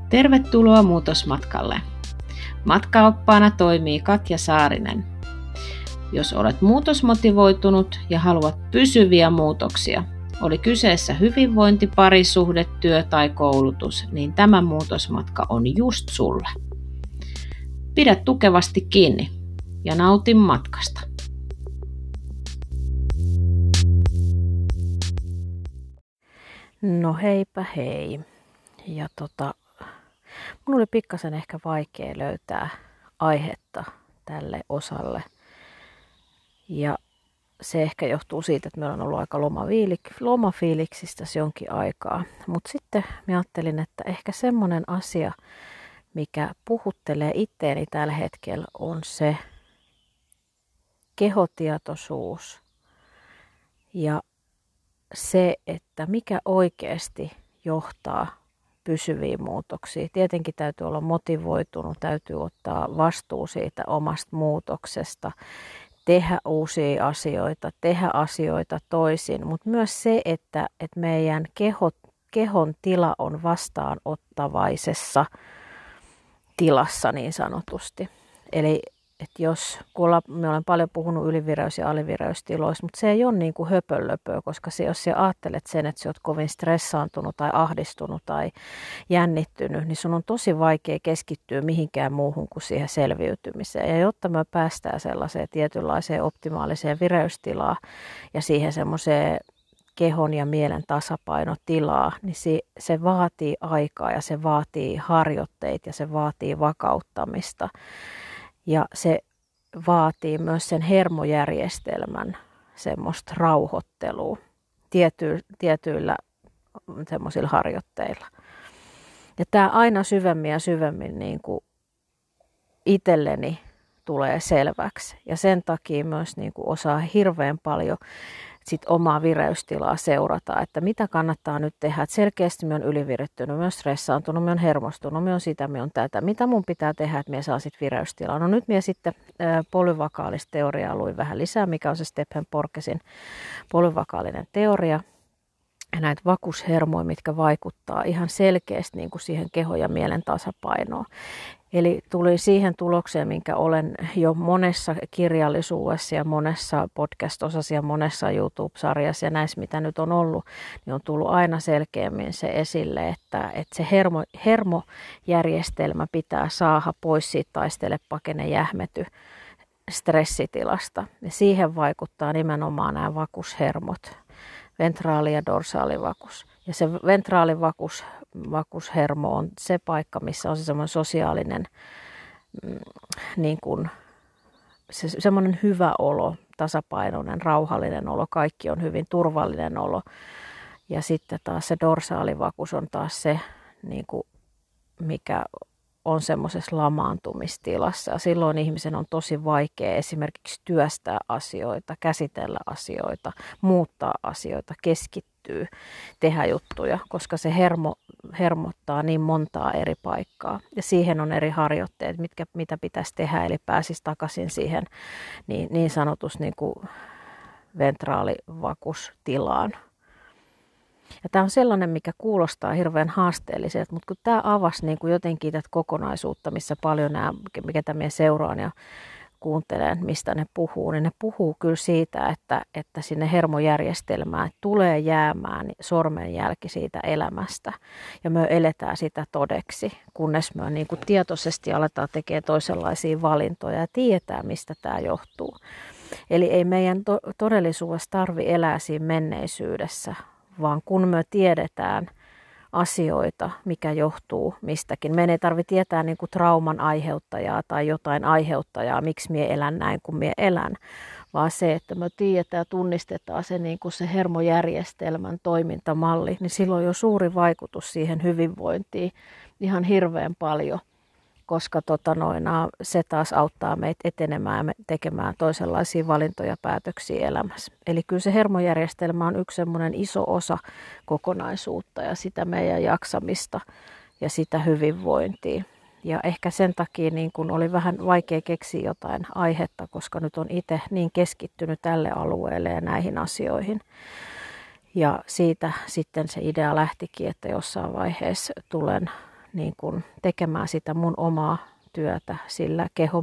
Tervetuloa muutosmatkalle. Matkaoppaana toimii Katja Saarinen. Jos olet muutosmotivoitunut ja haluat pysyviä muutoksia, oli kyseessä hyvinvointi, parisuhde, työ tai koulutus, niin tämä muutosmatka on just sulle. Pidä tukevasti kiinni ja nauti matkasta. No heipä hei. Ja mun oli pikkasen ehkä vaikea löytää aihetta tälle osalle. Ja se ehkä johtuu siitä, että meillä on ollut aika lomafiiliksistä jonkin aikaa. Mutta sitten mä ajattelin, että ehkä semmoinen asia, mikä puhuttelee itteeni tällä hetkellä, on se kehotietoisuus ja se, että mikä oikeasti johtaa pysyviin muutoksiin. Tietenkin täytyy olla motivoitunut, täytyy ottaa vastuu siitä omasta muutoksesta, tehdä uusia asioita, tehdä asioita toisin, mutta myös se, että meidän kehon tila on vastaanottavaisessa tilassa niin sanotusti. Eli että me olen paljon puhunut ylivireys- ja alivireystiloista, mutta se ei ole niin kuin höpönlöpöä, koska jos sä ajattelet sen, että sä oot kovin stressaantunut tai ahdistunut tai jännittynyt, niin sun on tosi vaikea keskittyä mihinkään muuhun kuin siihen selviytymiseen. Ja jotta me päästään sellaiseen tietynlaiseen optimaaliseen vireystilaan ja siihen semmoiseen kehon ja mielen tasapainotilaa, niin se vaatii aikaa ja se vaatii harjoitteita ja se vaatii vakauttamista. Ja se vaatii myös sen hermojärjestelmän semmoista rauhoittelua tietyillä semmoisilla harjoitteilla. Ja tämä aina syvemmin ja syvemmin niin kuin itselleni tulee selväksi. Ja sen takia myös niin kuin osaa hirveän paljon omaa vireystilaa seurata, että mitä kannattaa nyt tehdä. Että selkeästi minä olen ylivirittynyt, minä olen stressaantunut, minä olen hermostunut, minä olen sitä, minä olen tätä. Mitä minun pitää tehdä, että minä saan sitten vireystilaa? No nyt minä sitten polyvakaalista teoriaa luin vähän lisää, mikä on se Stephen Porgesin polyvakaalinen teoria. Ja näitä vakushermoja, mitkä vaikuttaa ihan selkeästi niin kuin siihen kehon ja mielen tasapainoon. Eli tulin siihen tulokseen, minkä olen jo monessa kirjallisuudessa ja monessa podcast-osassa ja monessa YouTube-sarjassa ja näissä, mitä nyt on ollut, niin on tullut aina selkeämmin se esille, että se hermojärjestelmä pitää saada pois siitä taistele, pakene, jähmety stressitilasta. Ja siihen vaikuttaa nimenomaan nämä vakushermot, ventraali- ja dorsaalivakus. Ja se ventraalivakushermo on se paikka, missä on se semmoinen sosiaalinen, niin kuin, semmoinen hyvä olo, tasapainoinen, rauhallinen olo, kaikki on hyvin turvallinen olo. Ja sitten taas se dorsaalivakus on taas se, niin kuin, mikä on semmoisessa lamaantumistilassa. Ja silloin ihmisen on tosi vaikea esimerkiksi työstää asioita, käsitellä asioita, muuttaa asioita, keskittyä, tehdä juttuja, koska se hermottaa niin montaa eri paikkaa. Ja siihen on eri harjoitteet, mitä pitäisi tehdä, eli pääsisi takaisin siihen niin sanotus niin kuin ventraalivakustilaan. Ja tämä on sellainen, mikä kuulostaa hirveän haasteelliselta, mutta kun tämä avasi niin kuin jotenkin tätä kokonaisuutta, missä paljon nämä, mikä minä seuraan ja kuuntelen, mistä ne puhuu, niin ne puhuu kyllä siitä, että sinne hermojärjestelmään tulee jäämään sormenjälki siitä elämästä. Ja me eletään sitä todeksi, kunnes me niin kuin tietoisesti aletaan tekemään toisenlaisia valintoja ja tietää, mistä tämä johtuu. Eli ei meidän todellisuudessa tarvitse elää siinä menneisyydessä, vaan kun me tiedetään asioita, mikä johtuu mistäkin. Meidän ei tarvitse tietää niin kuin trauman aiheuttajaa tai jotain aiheuttajaa, miksi minä elän näin kuin minä elän, vaan se, että me tiedetään ja tunnistetaan se, niin kuin se hermojärjestelmän toimintamalli, niin silloin on jo suuri vaikutus siihen hyvinvointiin ihan hirveän paljon. Koska se taas auttaa meitä etenemään ja tekemään toisenlaisia valintoja ja päätöksiä elämässä. Eli kyllä se hermojärjestelmä on yksi semmoinen iso osa kokonaisuutta ja sitä meidän jaksamista ja sitä hyvinvointia. Ja ehkä sen takia niin kun oli vähän vaikea keksiä jotain aihetta, koska nyt on itse niin keskittynyt tälle alueelle ja näihin asioihin. Ja siitä sitten se idea lähtikin, että jossain vaiheessa tulen niin kuin tekemään sitä mun omaa työtä sillä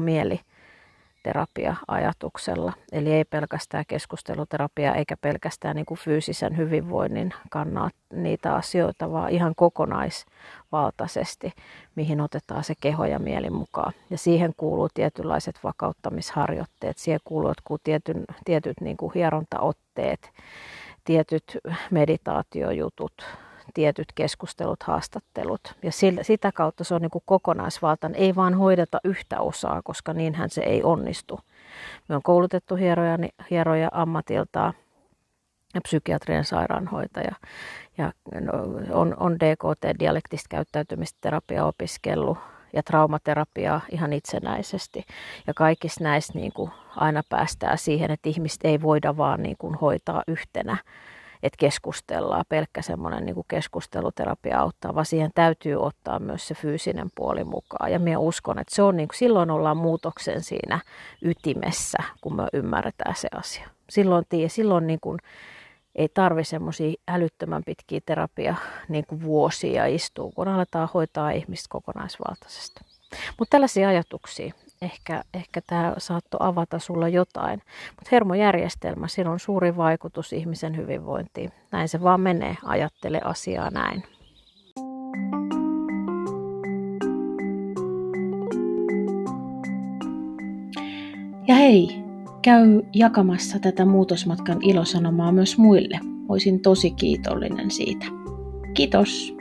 keho-mieli-terapia-ajatuksella. Eli ei pelkästään keskusteluterapia eikä pelkästään niin kuin fyysisen hyvinvoinnin kannalta niitä asioita, vaan ihan kokonaisvaltaisesti, mihin otetaan se keho ja mieli mukaan. Ja siihen kuuluu tietynlaiset vakauttamisharjoitteet, siihen kuuluu tietyt niin kuin hierontaotteet, tietyt meditaatiojutut, tietyt keskustelut, haastattelut. Ja sitä kautta se on niin kuin kokonaisvaltainen. Ei vaan hoideta yhtä osaa, koska niinhän se ei onnistu. Me on koulutettu hieroja ammatiltaan ja psykiatrian sairaanhoitaja. Ja on DKT, dialektista käyttäytymistä terapia opiskellut ja traumaterapiaa ihan itsenäisesti. Ja kaikissa näissä niin kuin aina päästään siihen, että ihmistä ei voida vaan niin kuin hoitaa yhtenä. Että keskustellaan, pelkkä semmoinen niin kuin keskusteluterapia auttaa, vaan siihen täytyy ottaa myös se fyysinen puoli mukaan. Ja minä uskon, että se on niin kuin, silloin ollaan muutoksen siinä ytimessä, kun me ymmärretään se asia. Silloin niin kuin, ei tarvitse semmoisia älyttömän pitkiä terapia niin kuin vuosia istua, kun aletaan hoitaa ihmistä kokonaisvaltaisesti. Mutta tällaisia ajatuksia. Ehkä tämä saattoi avata sulla jotain. Mutta hermojärjestelmä, siinä on suuri vaikutus ihmisen hyvinvointiin. Näin se vaan menee. Ajattele asiaa näin. Ja hei, käy jakamassa tätä muutosmatkan ilosanomaa myös muille. Olisin tosi kiitollinen siitä. Kiitos!